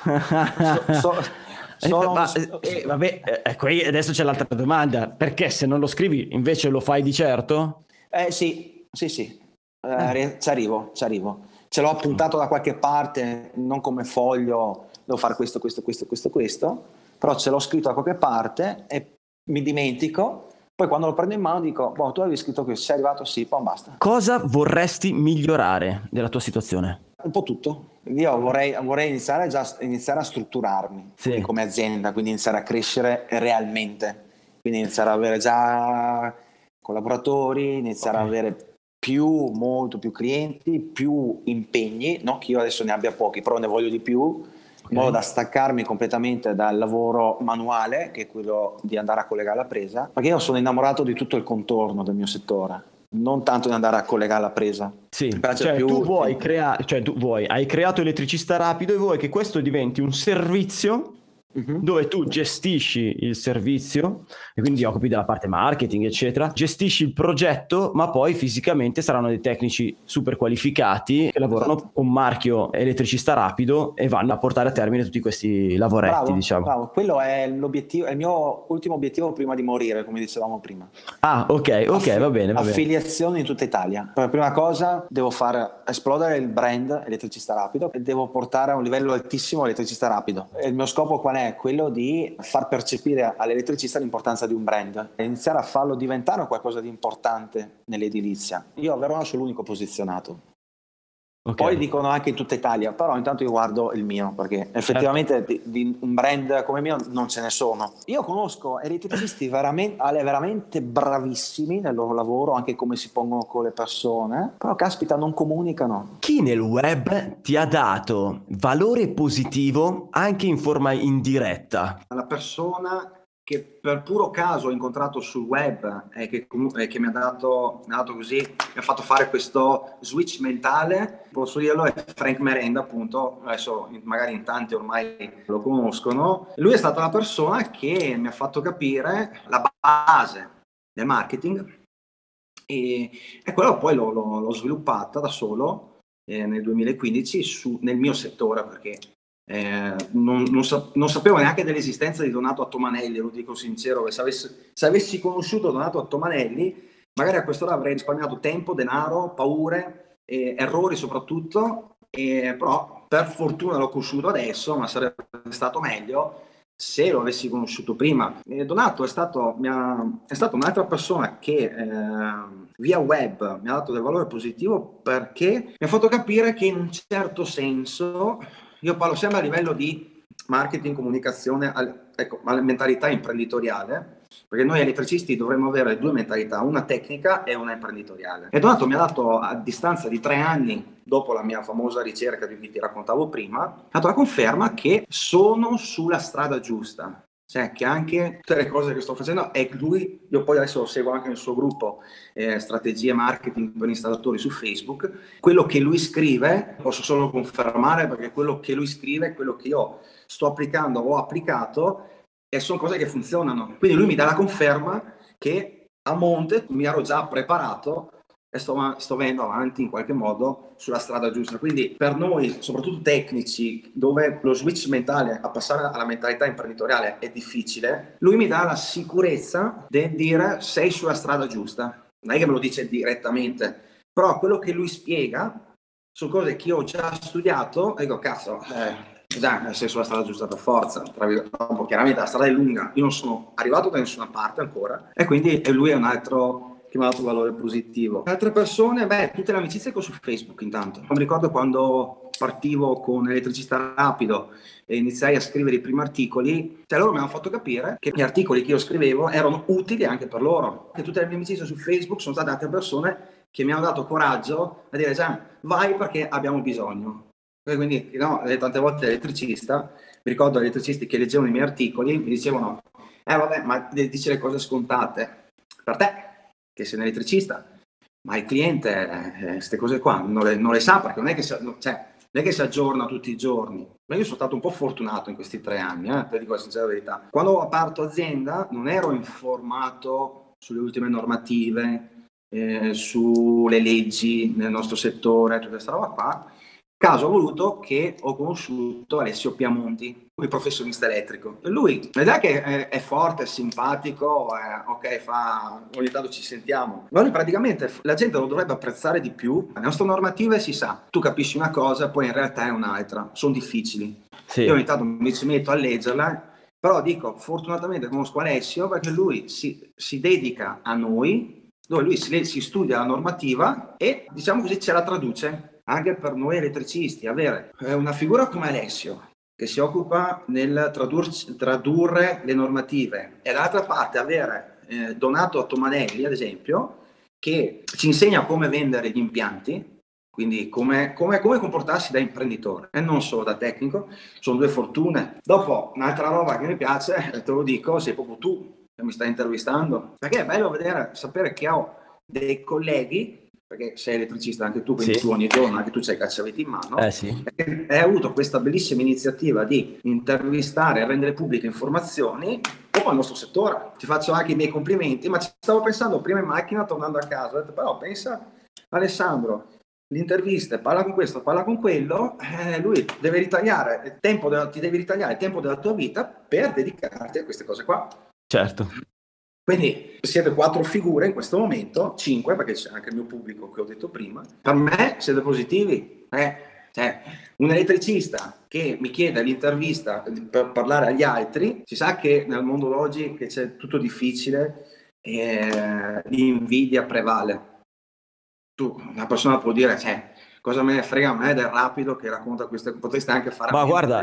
Adesso c'è l'altra domanda, perché se non lo scrivi invece lo fai di certo? Sì. Ci arrivo. Ce l'ho appuntato da qualche parte, non come foglio, devo fare questo, però ce l'ho scritto da qualche parte e mi dimentico. Poi quando lo prendo in mano dico, tu avevi scritto che sei arrivato, sì, poi basta. Cosa vorresti migliorare della tua situazione? Un po' tutto. Io vorrei iniziare a strutturarmi, sì, come azienda, quindi iniziare a crescere realmente, quindi iniziare ad avere già collaboratori, iniziare ad avere molto più clienti, più impegni, non che io adesso ne abbia pochi, però ne voglio di più, in modo da staccarmi completamente dal lavoro manuale, che è quello di andare a collegare la presa, perché io sono innamorato di tutto il contorno del mio settore, non tanto di andare a collegare la presa. Sì, hai creato Elettricista Rapido e vuoi che questo diventi un servizio dove tu gestisci il servizio e quindi ti occupi della parte marketing eccetera, gestisci il progetto, ma poi fisicamente saranno dei tecnici super qualificati che lavorano con marchio Elettricista Rapido e vanno a portare a termine tutti questi lavoretti. Bravo, quello è l'obiettivo, è il mio ultimo obiettivo prima di morire, come dicevamo prima. Ok, va bene. Affiliazione in tutta Italia. Per la prima cosa devo far esplodere il brand Elettricista Rapido e devo portare a un livello altissimo Elettricista Rapido. E il mio scopo qual è? Quello di far percepire all'elettricista l'importanza di un brand e iniziare a farlo diventare qualcosa di importante nell'edilizia. Io a Verona sono l'unico posizionato. Poi dicono anche in tutta Italia, però intanto io guardo il mio, perché effettivamente di un brand come il mio non ce ne sono. Io conosco elettricisti veramente bravissimi nel loro lavoro, anche come si pongono con le persone, però caspita non comunicano. Chi nel web ti ha dato valore positivo anche in forma indiretta? La persona che per puro caso ho incontrato sul web e che mi ha dato così, mi ha fatto fare questo switch mentale, posso dirlo, è Frank Merenda, appunto. Adesso magari in tanti ormai lo conoscono. Lui è stata la persona che mi ha fatto capire la base del marketing e quello poi l'ho sviluppata da solo nel 2015 nel mio settore, perché non sapevo neanche dell'esistenza di Donato Attomanelli, lo dico sincero, che se avessi conosciuto Donato Attomanelli magari a quest'ora avrei risparmiato tempo, denaro, paure, errori soprattutto, però per fortuna l'ho conosciuto adesso, ma sarebbe stato meglio se lo avessi conosciuto prima. Donato è stato un'altra persona che via web mi ha dato del valore positivo, perché mi ha fatto capire che in un certo senso, io parlo sempre a livello di marketing, comunicazione, alla mentalità imprenditoriale, perché noi elettricisti dovremmo avere 2 mentalità, una tecnica e una imprenditoriale. E Donato mi ha dato, a distanza di 3 anni, dopo la mia famosa ricerca di cui ti raccontavo prima, ha dato la conferma che sono sulla strada giusta. Cioè che anche tutte le cose che sto facendo, e lui, io poi adesso lo seguo anche nel suo gruppo strategie marketing per installatori su Facebook, quello che lui scrive posso solo confermare, perché quello che lui scrive è quello che io sto applicando, ho applicato, e sono cose che funzionano. Quindi lui mi dà la conferma che a monte mi ero già preparato e sto venendo avanti in qualche modo sulla strada giusta. Quindi per noi, soprattutto tecnici, dove lo switch mentale a passare alla mentalità imprenditoriale è difficile, lui mi dà la sicurezza di dire sei sulla strada giusta. Non è che me lo dice direttamente, però quello che lui spiega sono cose che io ho già studiato e dico, cazzo, già sei sulla strada giusta per forza. Dopo, chiaramente la strada è lunga, io non sono arrivato da nessuna parte ancora, e quindi lui è un altro che mi ha dato valore positivo. Altre persone, tutte le amicizie che ho su Facebook intanto. Mi ricordo quando partivo con Elettricista Rapido e iniziai a scrivere i primi articoli, cioè loro mi hanno fatto capire che gli articoli che io scrivevo erano utili anche per loro. Che tutte le mie amicizie su Facebook sono state altre persone che mi hanno dato coraggio a dire, Gian, vai perché abbiamo bisogno. E quindi, no, tante volte elettricista, mi ricordo gli elettricisti che leggevano i miei articoli, mi dicevano, vabbè, ma dici le cose scontate per te, che sei un elettricista, ma il cliente queste cose qua non le sa, perché non è che si aggiorna tutti i giorni. Ma io sono stato un po' fortunato in questi 3 anni, per dire la sincera verità. Quando ho aperto azienda non ero informato sulle ultime normative, sulle leggi nel nostro settore, tutta questa roba qua. Caso ha voluto che ho conosciuto Alessio Piamonti, il professionista elettrico. Lui, l'idea che è forte, è simpatico, ok, ogni tanto ci sentiamo, ma lui praticamente la gente lo dovrebbe apprezzare di più. Le nostre normative si sa, tu capisci una cosa, poi in realtà è un'altra, sono difficili. Sì. Io ogni tanto mi ci metto a leggerla, però dico, fortunatamente conosco Alessio perché lui si dedica a noi, dove lui si studia la normativa e, diciamo così, ce la traduce. Anche per noi elettricisti, avere una figura come Alessio che si occupa nel tradurre le normative, e dall'altra parte avere Donato Tomanelli, ad esempio, che ci insegna come vendere gli impianti, quindi come comportarsi da imprenditore e non solo da tecnico, sono 2 fortune. Dopo, un'altra roba che mi piace, te lo dico, sei proprio tu che mi stai intervistando, perché è bello sapere che ho dei colleghi, perché sei elettricista anche tu, quindi sì, tu ogni giorno anche tu c'hai i cacciaviti in mano, sì. E hai avuto questa bellissima iniziativa di intervistare e rendere pubbliche informazioni come al nostro settore. Ti faccio anche i miei complimenti, ma ci stavo pensando prima in macchina tornando a casa, ho detto, però pensa Alessandro, l'intervista, parla con questo, parla con quello, lui deve ritagliare ti devi ritagliare il tempo della tua vita per dedicarti a queste cose qua. Certo. Quindi siete 4 figure in questo momento, 5, perché c'è anche il mio pubblico che ho detto prima. Per me siete positivi. Cioè, un elettricista che mi chiede l'intervista per parlare agli altri, si sa che nel mondo d'oggi che c'è tutto difficile, l'invidia prevale. Una persona può dire, cosa me ne frega a me del Rapido che racconta queste, potreste anche fare. Ma guarda,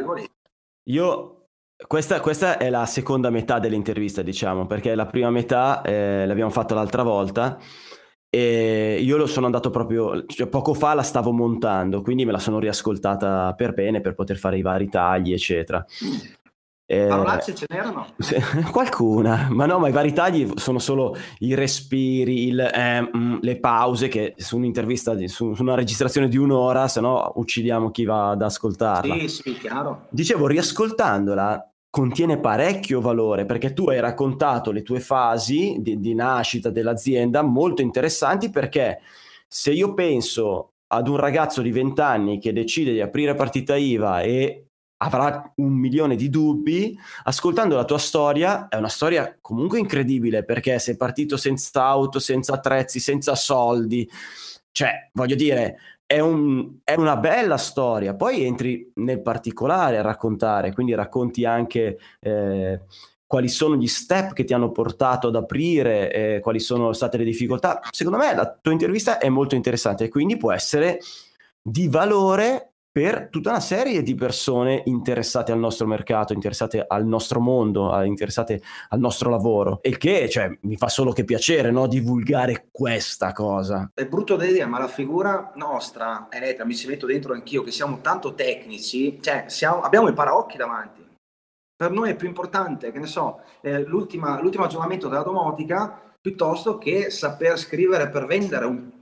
questa è la seconda metà dell'intervista, diciamo, perché la prima metà l'abbiamo fatta l'altra volta e io sono andato proprio, poco fa la stavo montando, quindi me la sono riascoltata per bene per poter fare i vari tagli, eccetera. Parolacce ce n'erano? Qualcuna, ma i vari tagli sono solo i respiri, le pause, che su un'intervista, su una registrazione di 1 ora, se no uccidiamo chi va ad ascoltarla. Sì, chiaro. Dicevo, riascoltandola contiene parecchio valore, perché tu hai raccontato le tue fasi di nascita dell'azienda molto interessanti, perché se io penso ad un ragazzo di 20 anni che decide di aprire partita IVA e avrà 1 milione di dubbi, ascoltando la tua storia, è una storia comunque incredibile, perché sei partito senza auto, senza attrezzi, senza soldi, cioè voglio dire, è una bella storia. Poi entri nel particolare a raccontare, quindi racconti anche quali sono gli step che ti hanno portato ad aprire, quali sono state le difficoltà. Secondo me la tua intervista è molto interessante e quindi può essere di valore per tutta una serie di persone interessate al nostro mercato, interessate al nostro mondo, interessate al nostro lavoro. E che, mi fa solo che piacere, no? Divulgare questa cosa. È brutto da dire, ma la figura nostra, Elettra, mi ci metto dentro anch'io, che siamo tanto tecnici, abbiamo i paraocchi davanti. Per noi è più importante, che ne so, l'ultimo aggiornamento della domotica, piuttosto che saper scrivere per vendere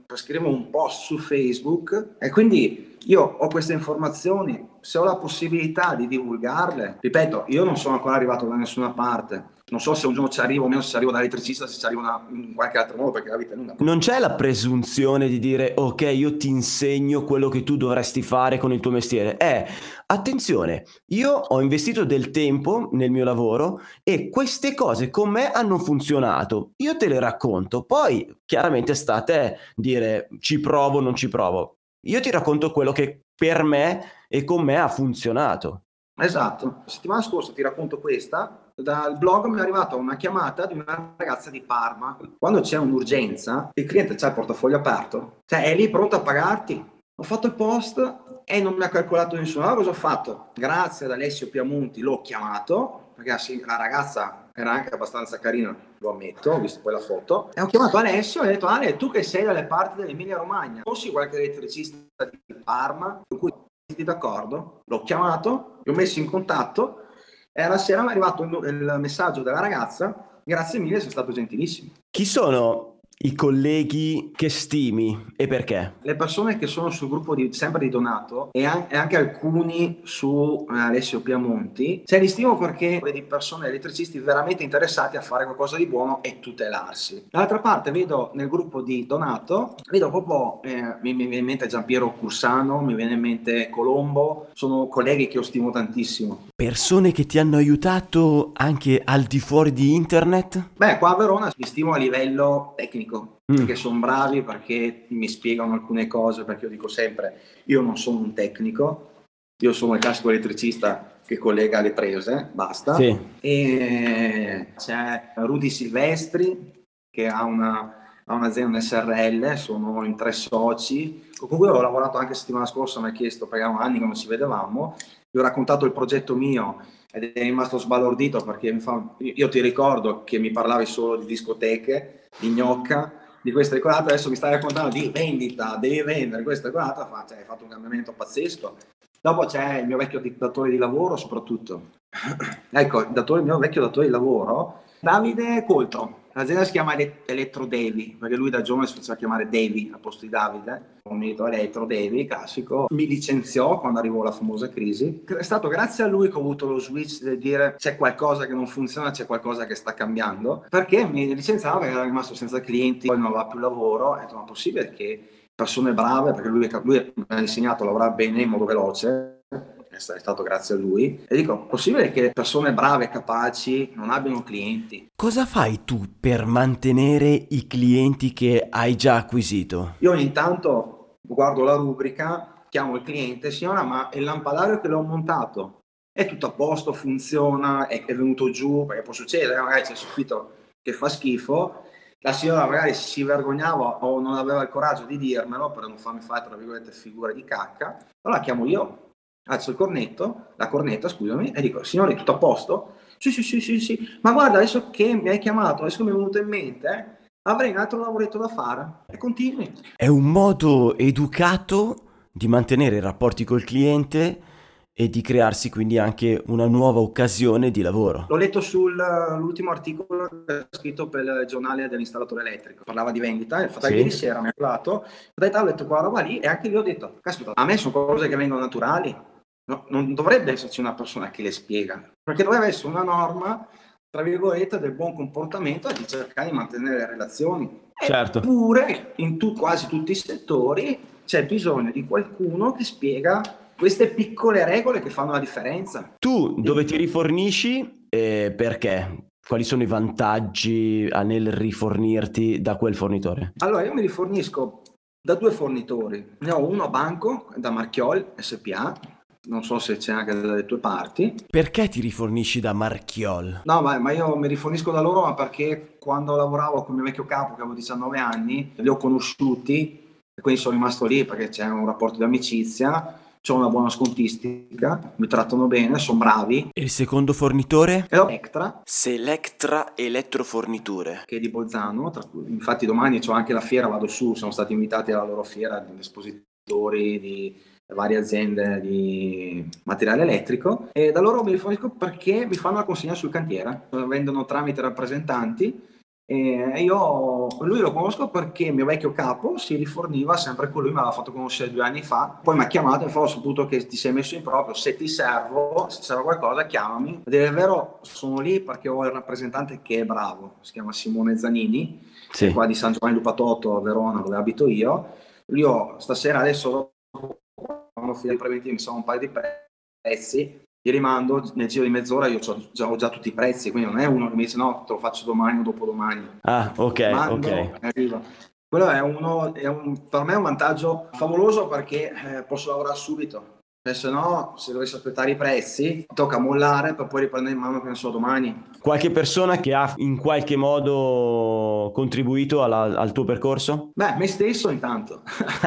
scrivo un post su Facebook e quindi io ho queste informazioni, se ho la possibilità di divulgarle, ripeto, io non sono ancora arrivato da nessuna parte. Non so se un giorno ci arrivo o meno, se ci arrivo da elettricista, se ci arrivo in qualche altro modo, perché la vita è lunga. Non c'è la presunzione di dire ok, io ti insegno quello che tu dovresti fare con il tuo mestiere. Attenzione, io ho investito del tempo nel mio lavoro e queste cose con me hanno funzionato. Io te le racconto, poi chiaramente sta a te dire ci provo o non ci provo. Io ti racconto quello che per me e con me ha funzionato. Esatto, la settimana scorsa ti racconto questa, dal blog mi è arrivata una chiamata di una ragazza di Parma. Quando c'è un'urgenza, il cliente c'ha il portafoglio aperto, cioè è lì pronto a pagarti. Ho fatto il post e non mi ha calcolato nessuno. Allora cosa ho fatto? Grazie ad Alessio Piamonti l'ho chiamato, perché la ragazza era anche abbastanza carina, lo ammetto, ho visto poi la foto, e ho chiamato Alessio e ho detto Ale, tu che sei dalle parti dell'Emilia Romagna, fossi qualche elettricista di Parma, con cui siete d'accordo? L'ho chiamato, li ho messi in contatto e alla sera mi è arrivato il messaggio della ragazza, grazie mille, sei stato gentilissimo. Chi sono i colleghi che stimi e perché? Le persone che sono sul gruppo sempre di Donato e anche alcuni su Alessio Piamonti, li stimo perché vedi persone elettricisti veramente interessati a fare qualcosa di buono e tutelarsi. Dall'altra parte vedo nel gruppo di Donato, vedo proprio, mi viene in mente Giampiero Cursano, mi viene in mente Colombo, sono colleghi che io stimo tantissimo. Persone che ti hanno aiutato anche al di fuori di internet? Beh, qua a Verona mi stimo a livello tecnico. Perché sono bravi, perché mi spiegano alcune cose, perché io dico sempre, io non sono un tecnico, io sono il classico elettricista che collega le prese, basta. Sì. E c'è Rudy Silvestri che ha un'azienda, un SRL, sono in 3 soci, con cui ho lavorato anche settimana scorsa, mi ha chiesto, perché erano anni che non ci vedevamo, gli ho raccontato il progetto mio ed è rimasto sbalordito perché io ti ricordo che mi parlavi solo di discoteche, di gnocca, di questa e quell'altra, adesso mi stai raccontando di vendita, devi vendere questa e quell'altra, hai fatto un cambiamento pazzesco. Dopo c'è il mio vecchio datore di lavoro soprattutto, ecco, il mio vecchio datore di lavoro, Davide Coltro. L'azienda si chiama Elettro Devi, perché lui da giovane si faceva chiamare Devi al posto di Davide, un milito Elettro Devi, classico. Mi licenziò quando arrivò la famosa crisi. È stato grazie a lui che ho avuto lo switch di dire c'è qualcosa che non funziona, c'è qualcosa che sta cambiando, perché mi licenziava perché era rimasto senza clienti, poi non aveva più lavoro, ho detto ma è possibile che persone brave, perché lui mi ha insegnato a lavorare bene in modo veloce, è stato grazie a lui, e dico, possibile che persone brave, capaci, non abbiano clienti? Cosa fai tu per mantenere i clienti che hai già acquisito? Io ogni tanto guardo la rubrica, chiamo il cliente, signora, ma il lampadario che l'ho montato è tutto a posto, funziona, è venuto giù, perché può succedere, magari c'è il soffitto che fa schifo, la signora magari si vergognava o non aveva il coraggio di dirmelo per non farmi fare, tra virgolette, figure di cacca, allora chiamo io. Alzo la cornetta, scusami, e dico, signori, tutto a posto? Sì, ma guarda, adesso che mi hai chiamato, adesso mi è venuto in mente, avrei un altro lavoretto da fare, e continui. È un modo educato di mantenere i rapporti col cliente e di crearsi quindi anche una nuova occasione di lavoro. L'ho letto sull'ultimo articolo scritto per il giornale dell'installatore elettrico, parlava di vendita, il fatto ieri sera mi ha parlato, ho letto quella roba lì e anche lì ho detto, caspita, a me sono cose che vengono naturali. No, non dovrebbe esserci una persona che le spiega, perché dovrebbe essere una norma, tra virgolette, del buon comportamento e di cercare di mantenere le relazioni. Certo. Eppure, in quasi tutti i settori, c'è bisogno di qualcuno che spiega queste piccole regole che fanno la differenza. Tu dove ti rifornisci e perché? Quali sono i vantaggi nel rifornirti da quel fornitore? Allora, io mi rifornisco da 2 fornitori. Ne ho uno a banco, da Marchiol SPA, non so se c'è anche dalle tue parti. Perché ti rifornisci da Marchiol? No, ma io mi rifornisco da loro perché quando lavoravo con il mio vecchio capo, che avevo 19 anni, li ho conosciuti e quindi sono rimasto lì perché c'è un rapporto di amicizia, c'ho una buona scontistica, mi trattano bene, sono bravi. E il secondo fornitore? E ho Selectra. Selectra Elettroforniture. Che è di Bolzano, infatti domani c'ho anche la fiera, vado su, siamo stati invitati alla loro fiera, di espositori di varie aziende di materiale elettrico, e da loro mi rifornisco perché mi fanno la consegna sul cantiere, vendono tramite rappresentanti E lui lo conosco perché il mio vecchio capo si riforniva sempre con lui, me l'aveva fatto conoscere 2 anni fa, poi mi ha chiamato e ho saputo che ti sei messo in proprio, se ti servo, se serve qualcosa chiamami. A dire il vero sono lì perché ho il rappresentante che è bravo, si chiama Simone Zanini, che è qua di San Giovanni Lupatotto a Verona dove abito io. Stasera adesso quando finito i preventivi mi sono un paio di prezzi, gli rimando nel giro di mezz'ora, io ho già tutti i prezzi, quindi non è uno che mi dice no, te lo faccio domani o dopodomani. Ok. Arriva. Quello per me è un vantaggio favoloso perché posso lavorare subito. Se no, se dovessi aspettare i prezzi, tocca mollare per poi riprendere in mano che ne so domani. Qualche persona che ha in qualche modo contribuito al tuo percorso? Beh, me stesso intanto.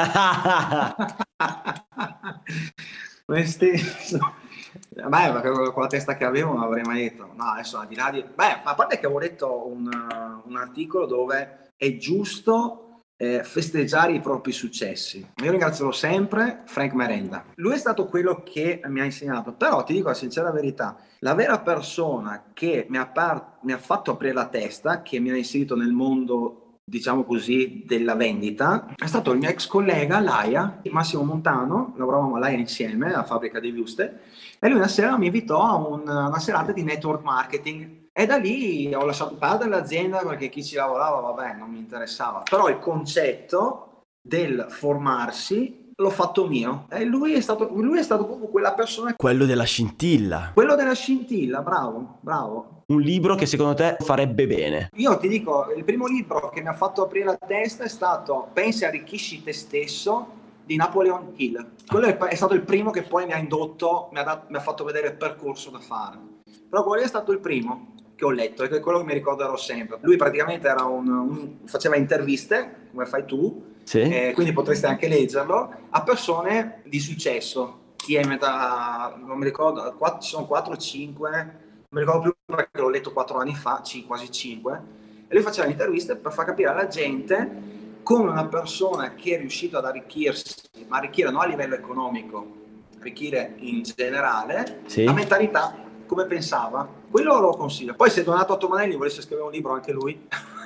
Me stesso. Beh, perché con la testa che avevo non avrei mai detto. No, adesso al di là di... Beh, a parte che avevo letto un articolo dove è giusto festeggiare i propri successi. Io ringrazierò sempre Frank Merenda. Lui è stato quello che mi ha insegnato, però ti dico la sincera verità, la vera persona che mi ha fatto aprire la testa, che mi ha inserito nel mondo, diciamo così, della vendita, è stato il mio ex collega Laia, Massimo Montano. Lavoravamo a Laia insieme alla fabbrica di Viuste, e lui una sera mi invitò a una serata di network marketing. E da lì ho lasciato perdere l'azienda perché chi ci lavorava, vabbè, non mi interessava. Però il concetto del formarsi l'ho fatto mio. E lui è stato proprio quella persona. Quello della scintilla. Quello della scintilla, bravo. Un libro che secondo te farebbe bene? Io ti dico, il primo libro che mi ha fatto aprire la testa è stato Pensi e arricchisci te stesso di Napoleon Hill. Quello è stato il primo che poi mi ha indotto, mi ha fatto vedere il percorso da fare. Però quello è stato il primo che ho letto e che è quello che mi ricorderò sempre. Lui praticamente era faceva interviste, come fai tu, sì. Quindi potreste anche leggerlo, a persone di successo. Chi è non mi ricordo, sono 4 o 5, non mi ricordo più perché l'ho letto 4 anni fa, quasi 5, e lui faceva interviste per far capire alla gente come una persona che è riuscita ad arricchirsi, ma arricchire non a livello economico, arricchire in generale, sì. La mentalità, come pensava. Quello lo consiglio. Poi se Donato Tomanelli volesse scrivere un libro anche lui.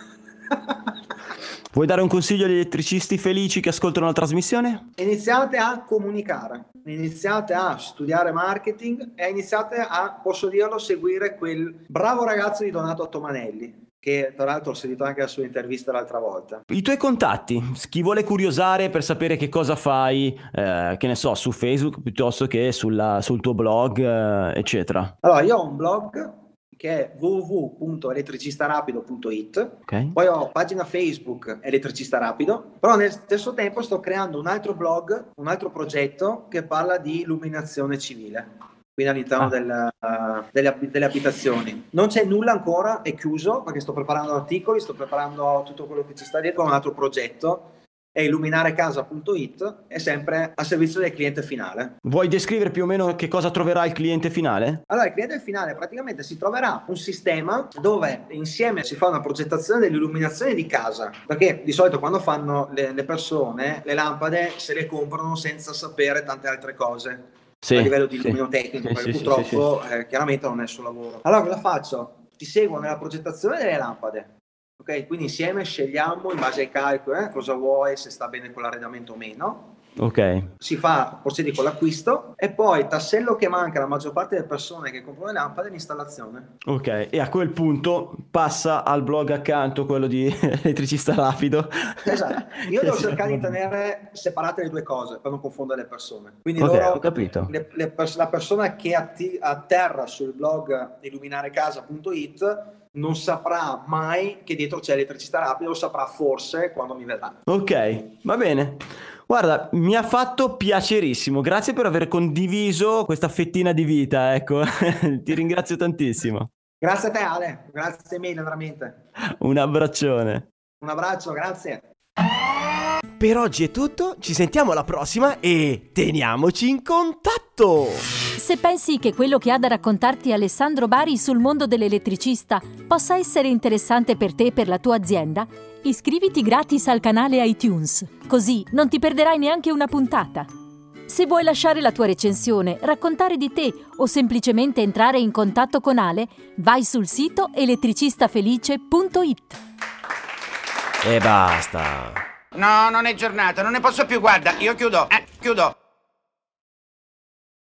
Vuoi dare un consiglio agli elettricisti felici che ascoltano la trasmissione? Iniziate a comunicare, iniziate a studiare marketing e iniziate a, posso dirlo, seguire quel bravo ragazzo di Donato Tomanelli, che tra l'altro ho sentito anche la sua intervista l'altra volta. I tuoi contatti, chi vuole curiosare per sapere che cosa fai, che ne so, su Facebook piuttosto che sul tuo blog, eccetera. Allora, io ho un blog che è www.elettricistarapido.it, okay. Poi ho pagina Facebook Elettricista Rapido, però nel stesso tempo sto creando un altro blog, un altro progetto che parla di illuminazione civile, quindi all'interno delle abitazioni. Non c'è nulla ancora, è chiuso perché sto preparando articoli, sto preparando tutto quello che ci sta dietro, un altro progetto. È illuminarecasa.it, è sempre a servizio del cliente finale. Vuoi descrivere più o meno che cosa troverà il cliente finale? Allora, il cliente finale praticamente si troverà un sistema dove insieme si fa una progettazione dell'illuminazione di casa, perché di solito quando fanno le persone le lampade se le comprano senza sapere tante altre cose, a livello di illumino-tecnico, perché purtroppo chiaramente non è il suo lavoro. Allora cosa faccio? Ti seguo nella progettazione delle lampade. Ok, quindi insieme scegliamo in base ai calcoli cosa vuoi, se sta bene con l'arredamento o meno. Ok. Procedi con l'acquisto e poi tassello che manca alla maggior parte delle persone che comprano le lampade è l'installazione. Ok, e a quel punto passa al blog accanto, quello di Elettricista Rapido. Esatto, io devo cercare di tenere separate le due cose per non confondere le persone. Quindi ho capito. La persona che atterra sul blog illuminarecasa.it non saprà mai che dietro c'è Elettricista Rapido, lo saprà forse quando mi vedrà. Ok, va bene. Guarda, mi ha fatto piacerissimo, grazie per aver condiviso questa fettina di vita, ecco, ti ringrazio tantissimo. Grazie a te Ale, grazie mille veramente. Un abbraccione. Un abbraccio, grazie. Per oggi è tutto, ci sentiamo alla prossima e teniamoci in contatto! Se pensi che quello che ha da raccontarti Alessandro Bari sul mondo dell'elettricista possa essere interessante per te e per la tua azienda, iscriviti gratis al canale iTunes, così non ti perderai neanche una puntata. Se vuoi lasciare la tua recensione, raccontare di te o semplicemente entrare in contatto con Ale, vai sul sito elettricistafelice.it. E basta. No, non è giornata, non ne posso più, guarda, io chiudo.